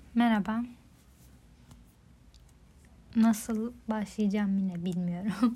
Merhaba. Nasıl başlayacağım yine bilmiyorum.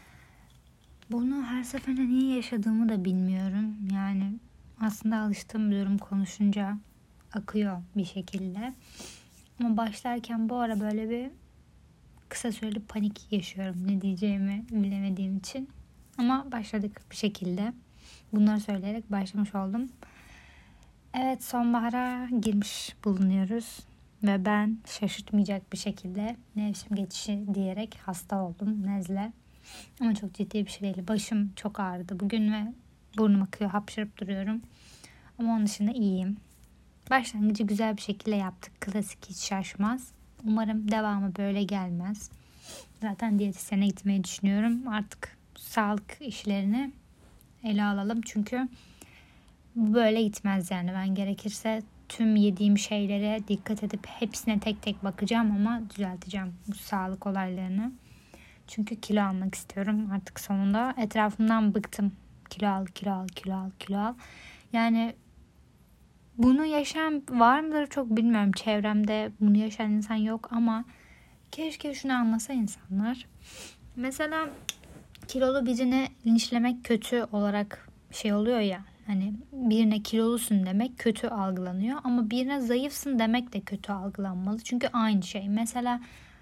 Bunu her seferinde niye yaşadığımı da bilmiyorum. Yani aslında alıştığım bir durum, konuşunca akıyor bir şekilde. Ama başlarken bu ara böyle bir kısa süreli panik yaşıyorum. Ne diyeceğimi bilemediğim için. Ama başladık bir şekilde. Bunları söyleyerek başlamış oldum. Evet, sonbahara girmiş bulunuyoruz. Ve ben şaşırtmayacak bir şekilde mevsim geçişi diyerek hasta oldum, nezle. Ama çok ciddi bir şey değil. Başım çok ağrıdı bugün ve burnum akıyor, hapşırıp duruyorum. Ama onun dışında iyiyim. Başlangıcı güzel bir şekilde yaptık. Klasik, hiç şaşmaz. Umarım devamı böyle gelmez. Zaten diyetisyene gitmeyi düşünüyorum. Artık sağlık işlerini ele alalım. Çünkü bu böyle gitmez yani. Ben gerekirse tüm yediğim şeylere dikkat edip hepsine tek tek bakacağım ama düzelteceğim bu sağlık olaylarını. Çünkü kilo almak istiyorum artık sonunda. Etrafımdan bıktım. Kilo al, kilo al, kilo al, kilo al. Yani bunu yaşayan var mıdır çok bilmiyorum. Çevremde bunu yaşayan insan yok ama keşke şunu anlasa insanlar. Mesela kilolu birini linçlemek kötü olarak şey oluyor ya. Hani birine kilolusun demek kötü algılanıyor ama birine zayıfsın demek de kötü algılanmalı. Çünkü aynı şey. Mesela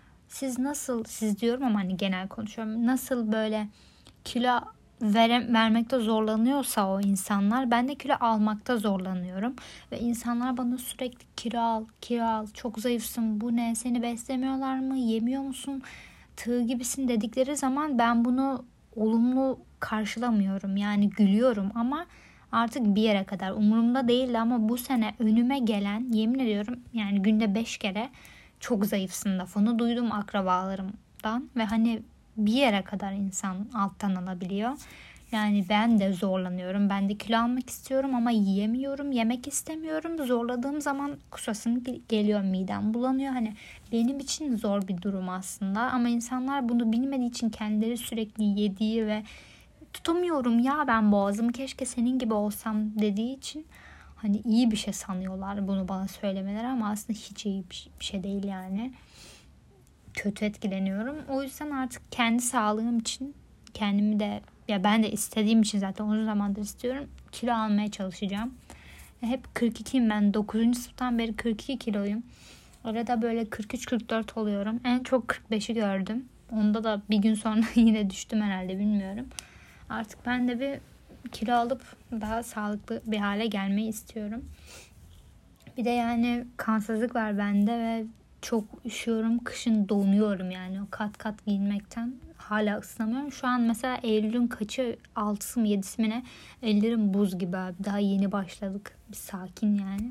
siz diyorum ama hani genel konuşuyorum. Nasıl böyle kilo vermekte zorlanıyorsa o insanlar, ben de kilo almakta zorlanıyorum. Ve insanlar bana sürekli kilo al, kilo al, çok zayıfsın, bu ne, seni beslemiyorlar mı, yemiyor musun, tığ gibisin dedikleri zaman ben bunu olumlu karşılamıyorum. Yani gülüyorum ama artık bir yere kadar umurumda değil. Ama bu sene önüme gelen, yemin ediyorum yani günde 5 kere çok zayıfsın lafını duydum akrabalarımdan ve hani bir yere kadar insan alttan alabiliyor. Yani ben de zorlanıyorum. Ben de kilo almak istiyorum ama yiyemiyorum. Yemek istemiyorum. Zorladığım zaman kusasım geliyor, midem bulanıyor. Hani benim için zor bir durum aslında. Ama insanlar bunu bilmediği için kendileri sürekli yediği ve tutamıyorum ya ben boğazımı, keşke senin gibi olsam dediği için hani iyi bir şey sanıyorlar bunu bana söylemeleri ama aslında hiç iyi bir şey değil yani. Kötü etkileniyorum. O yüzden artık kendi sağlığım için kendimi de, ya ben de istediğim için zaten uzun zamandır istiyorum, kilo almaya çalışacağım. Hep 42'yim ben. 9. sınıftan beri 42 kiloyum. Arada böyle 43-44 oluyorum. En çok 45'i gördüm. Onda da bir gün sonra yine düştüm herhalde, bilmiyorum. Artık ben de bir kilo alıp daha sağlıklı bir hale gelmeyi istiyorum. Bir de yani kansızlık var bende ve çok üşüyorum. Kışın donuyorum yani o kat kat giyinmekten. Hala ısınamıyorum. Şu an mesela Eylül'ün kaçı, 6'sı mı 7'si mi ne? Ellerim buz gibi abi. Daha yeni başladık. Bir sakin yani.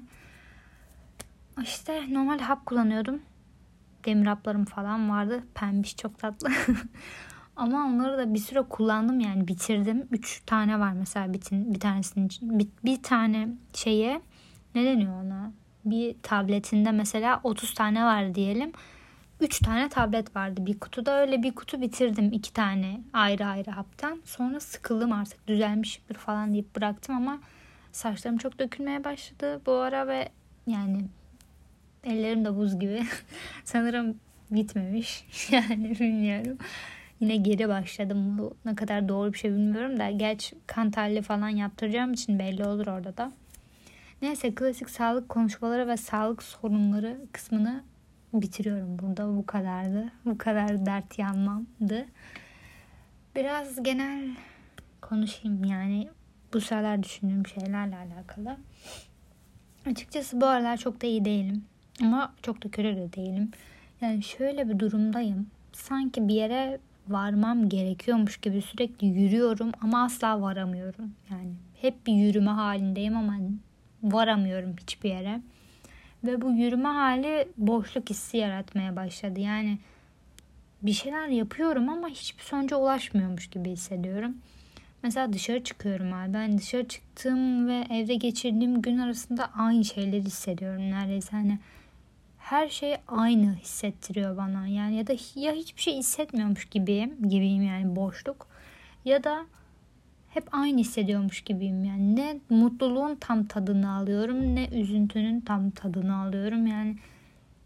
İşte normal hap kullanıyordum. Demir haplarım falan vardı. Pembiş, çok tatlı. Ama onları da bir süre kullandım yani bitirdim. 3 tane var mesela bir tanesinin için. Bir tane şeye ne deniyor ona? Bir tabletinde mesela 30 tane var diyelim. 3 tane tablet vardı bir kutuda. Öyle bir kutu bitirdim, 2 tane ayrı ayrı haptan. Sonra sıkıldım, artık düzelmişimdir falan deyip bıraktım ama saçlarım çok dökülmeye başladı bu ara ve yani ellerim de buz gibi. Sanırım bitmemiş. Yani bilmiyorum. Yine geri başladım. Bu ne kadar doğru bir şey bilmiyorum da. Gerçi kan tahlili falan yaptıracağım için belli olur orada da. Neyse, klasik sağlık konuşmaları ve sağlık sorunları kısmını bitiriyorum burada. Bu kadardı. Bu kadar dert yanmamdı. Biraz genel konuşayım yani bu sıralar düşündüğüm şeylerle alakalı. Açıkçası bu aralar çok da iyi değilim. Ama çok da kötü de değilim. Yani şöyle bir durumdayım. Sanki bir yere varmam gerekiyormuş gibi sürekli yürüyorum ama asla varamıyorum. Yani hep bir yürüme halindeyim ama varamıyorum hiçbir yere. Ve bu yürüme hali boşluk hissi yaratmaya başladı. Yani bir şeyler yapıyorum ama hiçbir sonuca ulaşmıyormuş gibi hissediyorum. Mesela dışarı çıkıyorum abi. Ben dışarı çıktığım ve evde geçirdiğim gün arasında aynı şeyleri hissediyorum neredeyse. Hani her şey aynı hissettiriyor bana. Yani ya da ya hiçbir şey hissetmiyormuş gibiyim yani, boşluk. Ya da hep aynı hissediyormuş gibiyim. Yani ne mutluluğun tam tadını alıyorum ne üzüntünün tam tadını alıyorum. Yani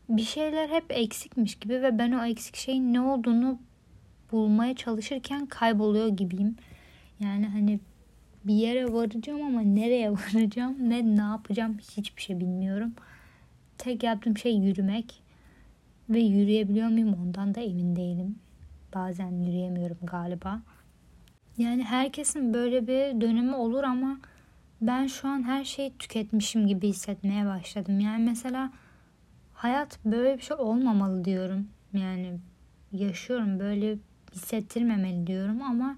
bir şeyler hep eksikmiş gibi ve ben o eksik şeyin ne olduğunu bulmaya çalışırken kayboluyor gibiyim. Yani hani bir yere varacağım ama nereye varacağım, ne yapacağım hiçbir şey bilmiyorum. Tek yaptığım şey yürümek ve yürüyebiliyor muyum ondan da emin değilim. Bazen yürüyemiyorum galiba. Yani herkesin böyle bir dönemi olur ama ben şu an her şeyi tüketmişim gibi hissetmeye başladım. Yani mesela hayat böyle bir şey olmamalı diyorum. Yani yaşıyorum, böyle hissettirmemeli diyorum ama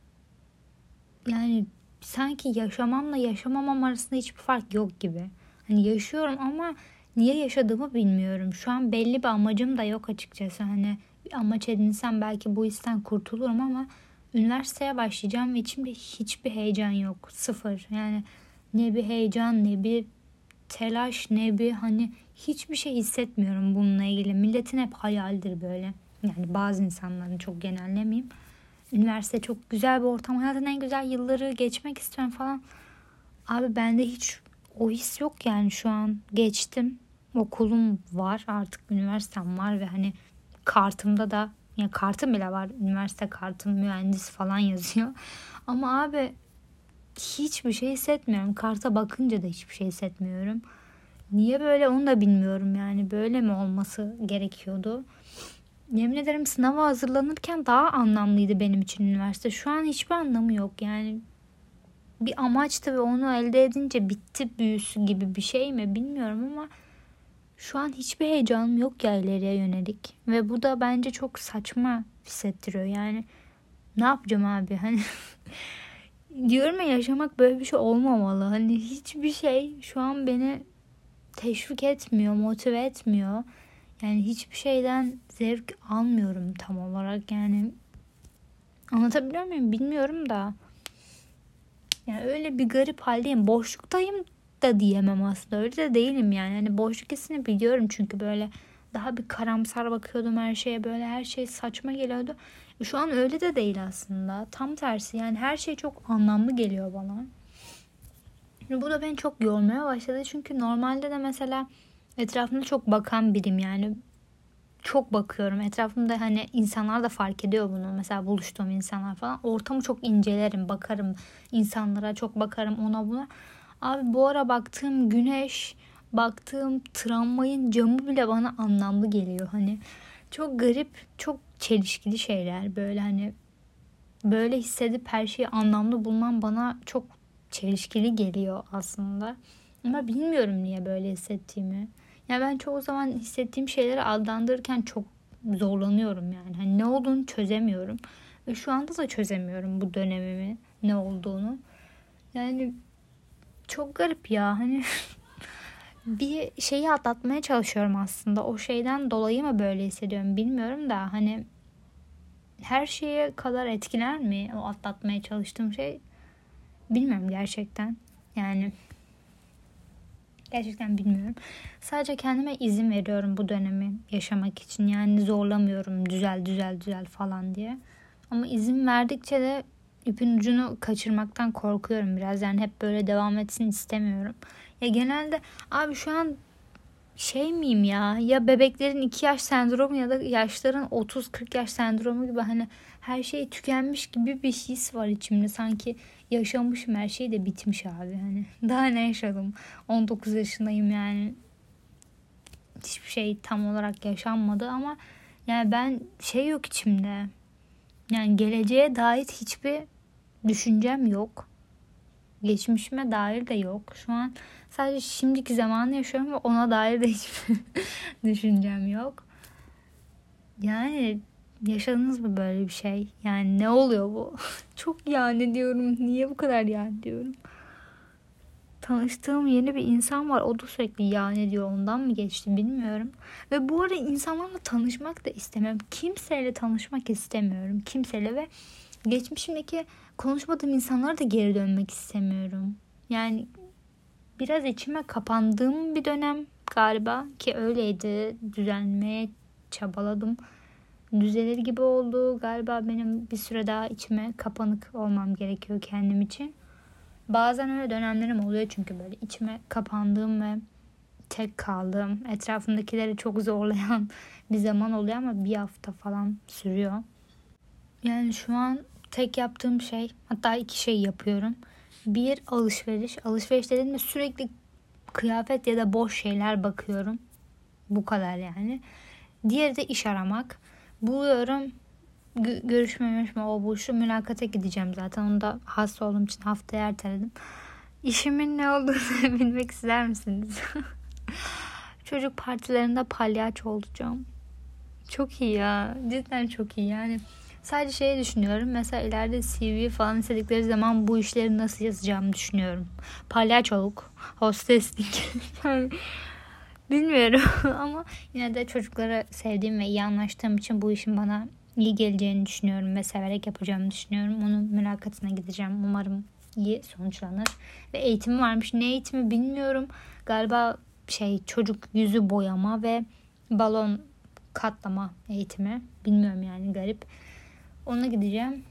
yani sanki yaşamamla yaşamamam arasında hiçbir fark yok gibi. Hani yaşıyorum ama niye yaşadığımı bilmiyorum. Şu an belli bir amacım da yok açıkçası. Hani bir amaç edinsem belki bu histen kurtulurum ama üniversiteye başlayacağım ve içimde hiçbir heyecan yok. Sıfır. Yani ne bir heyecan, ne bir telaş, ne bir hani hiçbir şey hissetmiyorum bununla ilgili. Milletin hep hayaldir böyle. Yani bazı insanların, çok genellemeyeyim. Üniversite çok güzel bir ortam. Hayatın en güzel yılları geçmek istiyorum falan. Abi bende hiç o his yok yani şu an. Geçtim. Okulum var. Artık üniversitem var ve hani kartımda da, yani kartım bile var. Üniversite kartım, mühendis falan yazıyor. Ama abi hiçbir şey hissetmiyorum. Karta bakınca da hiçbir şey hissetmiyorum. Niye böyle onu da bilmiyorum yani. Böyle mi olması gerekiyordu? Yemin ederim sınava hazırlanırken daha anlamlıydı benim için üniversite. Şu an hiçbir anlamı yok. Yani bir amaçtı ve onu elde edince bitti büyüsü gibi bir şey mi bilmiyorum ama şu an hiçbir heyecanım yok ya ileriye yönelik. Ve bu da bence çok saçma hissettiriyor. Yani ne yapacağım abi? Hani diyorum ya, yaşamak böyle bir şey olmamalı. Hani hiçbir şey şu an beni teşvik etmiyor, motive etmiyor. Yani hiçbir şeyden zevk almıyorum tam olarak. Yani anlatabiliyor muyum bilmiyorum da. Yani öyle bir garip haldeyim. Boşluktayım da diyemem aslında. Öyle de değilim yani. Hani boşluk hissini biliyorum çünkü böyle daha bir karamsar bakıyordum her şeye. Böyle her şey saçma geliyordu. Şu an öyle de değil aslında. Tam tersi yani her şey çok anlamlı geliyor bana. Bu da beni çok yormaya başladı. Çünkü normalde de mesela etrafımda çok bakan biriyim yani. Çok bakıyorum. Etrafımda hani insanlar da fark ediyor bunu. Mesela buluştuğum insanlar falan. Ortamı çok incelerim, bakarım. İnsanlara çok bakarım, ona buna. Abi bu ara baktığım güneş, baktığım tramvayın camı bile bana anlamlı geliyor. Hani çok garip, çok çelişkili şeyler. Böyle hani böyle hissedip her şeyi anlamlı bulmam bana çok çelişkili geliyor aslında. Ama bilmiyorum niye böyle hissettiğimi. Ya ben çoğu zaman hissettiğim şeyleri adlandırırken çok zorlanıyorum yani. Hani ne olduğunu çözemiyorum. Ve şu anda da çözemiyorum bu dönemimi, ne olduğunu. Yani çok garip ya. Hani bir şeyi atlatmaya çalışıyorum aslında. O şeyden dolayı mı böyle hissediyorum bilmiyorum da hani her şeye kadar etkiler mi o atlatmaya çalıştığım şey? Bilmiyorum gerçekten. Yani gerçekten bilmiyorum. Sadece kendime izin veriyorum bu dönemi yaşamak için. Yani zorlamıyorum düzel falan diye. Ama izin verdikçe de ipin ucunu kaçırmaktan korkuyorum biraz. Yani hep böyle devam etsin istemiyorum. Ya genelde abi şu an şey miyim ya? Ya bebeklerin 2 yaş sendromu ya da yaşların 30-40 yaş sendromu gibi hani her şey tükenmiş gibi bir his var içimde. Sanki yaşamışım, her şey de bitmiş abi. Hani daha ne yaşadım? 19 yaşındayım yani. Hiçbir şey tam olarak yaşanmadı ama yani ben şey yok içimde. Yani geleceğe dair hiçbir düşüncem yok. Geçmişime dair de yok. Şu an sadece şimdiki zamanı yaşıyorum ve ona dair de hiçbir düşüncem yok. Yani yaşadınız mı böyle bir şey? Yani ne oluyor bu? Çok yani diyorum. Niye bu kadar yani diyorum. Tanıştığım yeni bir insan var. O da sürekli yani diyor. Ondan mı geçti bilmiyorum. Ve bu arada insanlarla tanışmak da istemem. Kimseyle tanışmak istemiyorum. Kimseyle ve geçmişimdeki konuşmadığım insanlara da geri dönmek istemiyorum. Yani biraz içime kapandığım bir dönem galiba ki öyleydi. Düzelmeye çabaladım. Düzelir gibi oldu. Galiba benim bir süre daha içime kapanık olmam gerekiyor kendim için. Bazen öyle dönemlerim oluyor çünkü böyle içime kapandığım ve tek kaldığım, etrafımdakileri çok zorlayan bir zaman oluyor ama bir hafta falan sürüyor. Yani şu an tek yaptığım şey, hatta 2 şey yapıyorum. Bir, alışveriş. Alışveriş dediğimde sürekli kıyafet ya da boş şeyler bakıyorum. Bu kadar yani. Diğeri de iş aramak. Buluyorum. Görüşme o bu şu, mülakata gideceğim zaten. Onu da hasta olduğum için haftaya erteledim. İşimin ne olduğunu bilmek ister misiniz? Çocuk partilerinde palyaço olacağım. Çok iyi ya. Cidden çok iyi yani. Sadece şeyi düşünüyorum. Mesela ileride CV falan istedikleri zaman bu işleri nasıl yazacağımı düşünüyorum. Palyaçoluk, hosteslik. Yani bilmiyorum ama yine de çocuklara sevdiğim ve iyi anlaştığım için bu işin bana iyi geleceğini düşünüyorum ve severek yapacağımı düşünüyorum. Onun mülakatına gideceğim. Umarım iyi sonuçlanır. Ve eğitimi varmış. Ne eğitimi bilmiyorum. Galiba çocuk yüzü boyama ve balon katlama eğitimi. Bilmiyorum yani, garip. Ona gideceğim.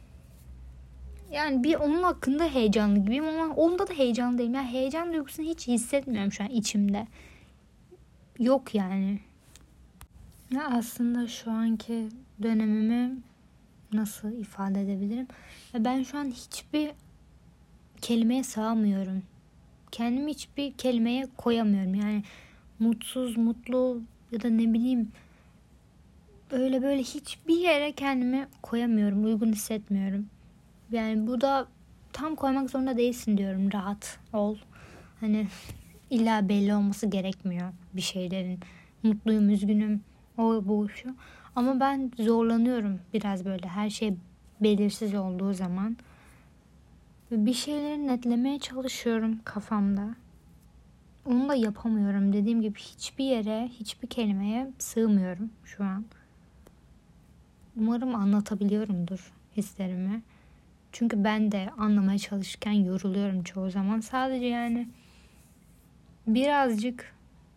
Yani bir onun hakkında heyecanlı gibiyim ama onda da heyecanlı değilim. Yani heyecan duygusunu hiç hissetmiyorum şu an içimde. Yok yani. Ya aslında şu anki dönemimi nasıl ifade edebilirim? Ya ben şu an hiçbir kelimeye sığamıyorum. Kendimi hiçbir kelimeye koyamıyorum. Yani mutsuz, mutlu ya da ne bileyim, öyle böyle hiçbir yere kendimi koyamıyorum. Uygun hissetmiyorum. Yani bu da tam koymak zorunda değilsin diyorum. Rahat ol. Hani illa belli olması gerekmiyor bir şeylerin. Mutluyum, üzgünüm, o bu şu. Ama ben zorlanıyorum biraz böyle her şey belirsiz olduğu zaman. Bir şeyleri netlemeye çalışıyorum kafamda. Onu da yapamıyorum. Dediğim gibi hiçbir yere, hiçbir kelimeye sığmıyorum şu an. Umarım anlatabiliyorumdur hislerimi. Çünkü ben de anlamaya çalışırken yoruluyorum çoğu zaman. Sadece yani birazcık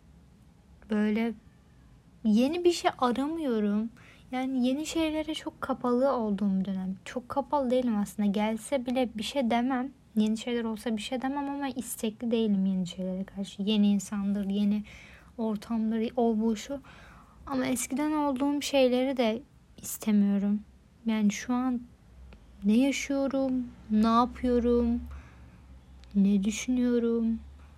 böyle yeni bir şey aramıyorum. Yani yeni şeylere çok kapalı olduğum dönem. Çok kapalı değilim aslında. Gelse bile bir şey demem. Yeni şeyler olsa bir şey demem ama istekli değilim yeni şeylere karşı. Yeni insandır, yeni ortamdır, o bu şu. Ama eskiden olduğum şeyleri de istemiyorum. Yani şu an ne yaşıyorum, ne yapıyorum, ne düşünüyorum?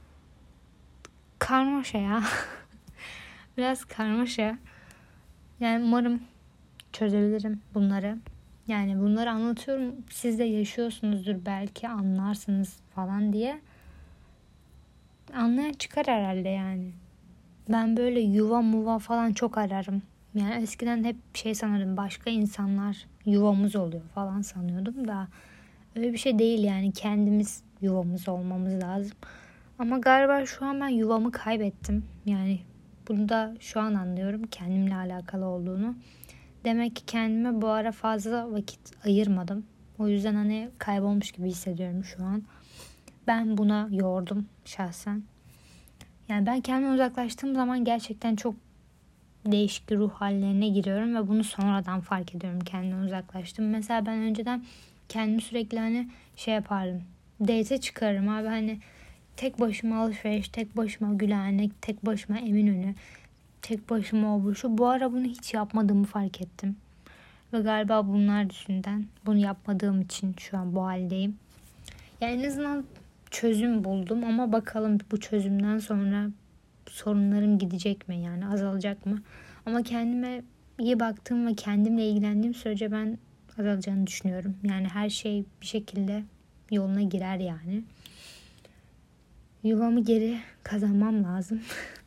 Karmaşa ya. Biraz karmaşa. Yani umarım çözebilirim bunları. Yani bunları anlatıyorum. Siz de yaşıyorsunuzdur, belki anlarsınız falan diye. Anlayan çıkar herhalde yani. Ben böyle yuva muva falan çok ararım. Yani eskiden hep sanıyordum, başka insanlar yuvamız oluyor falan sanıyordum da öyle bir şey değil yani, kendimiz yuvamız olmamız lazım. Ama galiba şu an ben yuvamı kaybettim. Yani bunu da şu an anlıyorum, kendimle alakalı olduğunu. Demek ki kendime bu ara fazla vakit ayırmadım. O yüzden hani kaybolmuş gibi hissediyorum şu an. Ben buna yordum şahsen. Yani ben kendimden uzaklaştığım zaman gerçekten çok değişik ruh hallerine giriyorum ve bunu sonradan fark ediyorum, kendimden uzaklaştım. Mesela ben önceden kendimi sürekli hani yapardım. Date'e çıkarırım abi, hani tek başıma alışveriş, tek başıma Gülhane, tek başıma Eminönü, tek başıma o bu şu. Bu ara bunu hiç yapmadığımı fark ettim. Ve galiba bunlar yüzünden, bunu yapmadığım için şu an bu haldeyim. Yani en azından çözüm buldum ama bakalım bu çözümden sonra sorunlarım gidecek mi, yani azalacak mı? Ama kendime iyi baktığım ve kendimle ilgilendiğim sürece ben azalacağını düşünüyorum. Yani her şey bir şekilde yoluna girer yani. Yuvamı geri kazanmam lazım.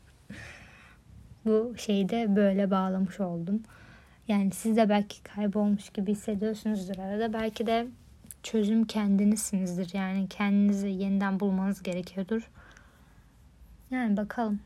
Bu şeyde böyle bağlamış oldum. Yani siz de belki kaybolmuş gibi hissediyorsunuzdur arada. Belki de çözüm kendinizsinizdir. Yani kendinizi yeniden bulmanız gerekiyordur. Yani bakalım.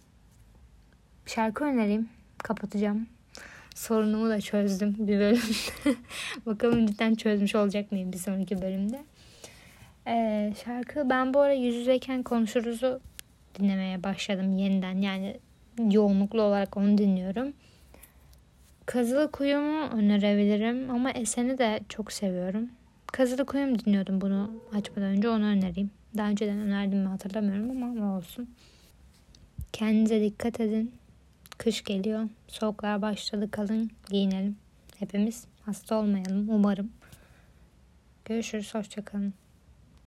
Şarkı önereyim. Kapatacağım. Sorunumu da çözdüm bir bölümde. Bakalım cidden çözmüş olacak mıyım bir sonraki bölümde. Şarkı, ben bu ara Yüz Yüzeyken Konuşuruz'u dinlemeye başladım yeniden. Yani yoğunluklu olarak onu dinliyorum. Kazılı Kuyu'mu önerebilirim ama Esen'i de çok seviyorum. Kazılı Kuyu'mu dinliyordum bunu açmadan önce, onu önereyim. Daha önceden önerdim mi hatırlamıyorum ama olsun. Kendinize dikkat edin. Kış geliyor. Soğuklar başladı. Kalın giyinelim. Hepimiz hasta olmayalım umarım. Görüşürüz. Hoşça kalın.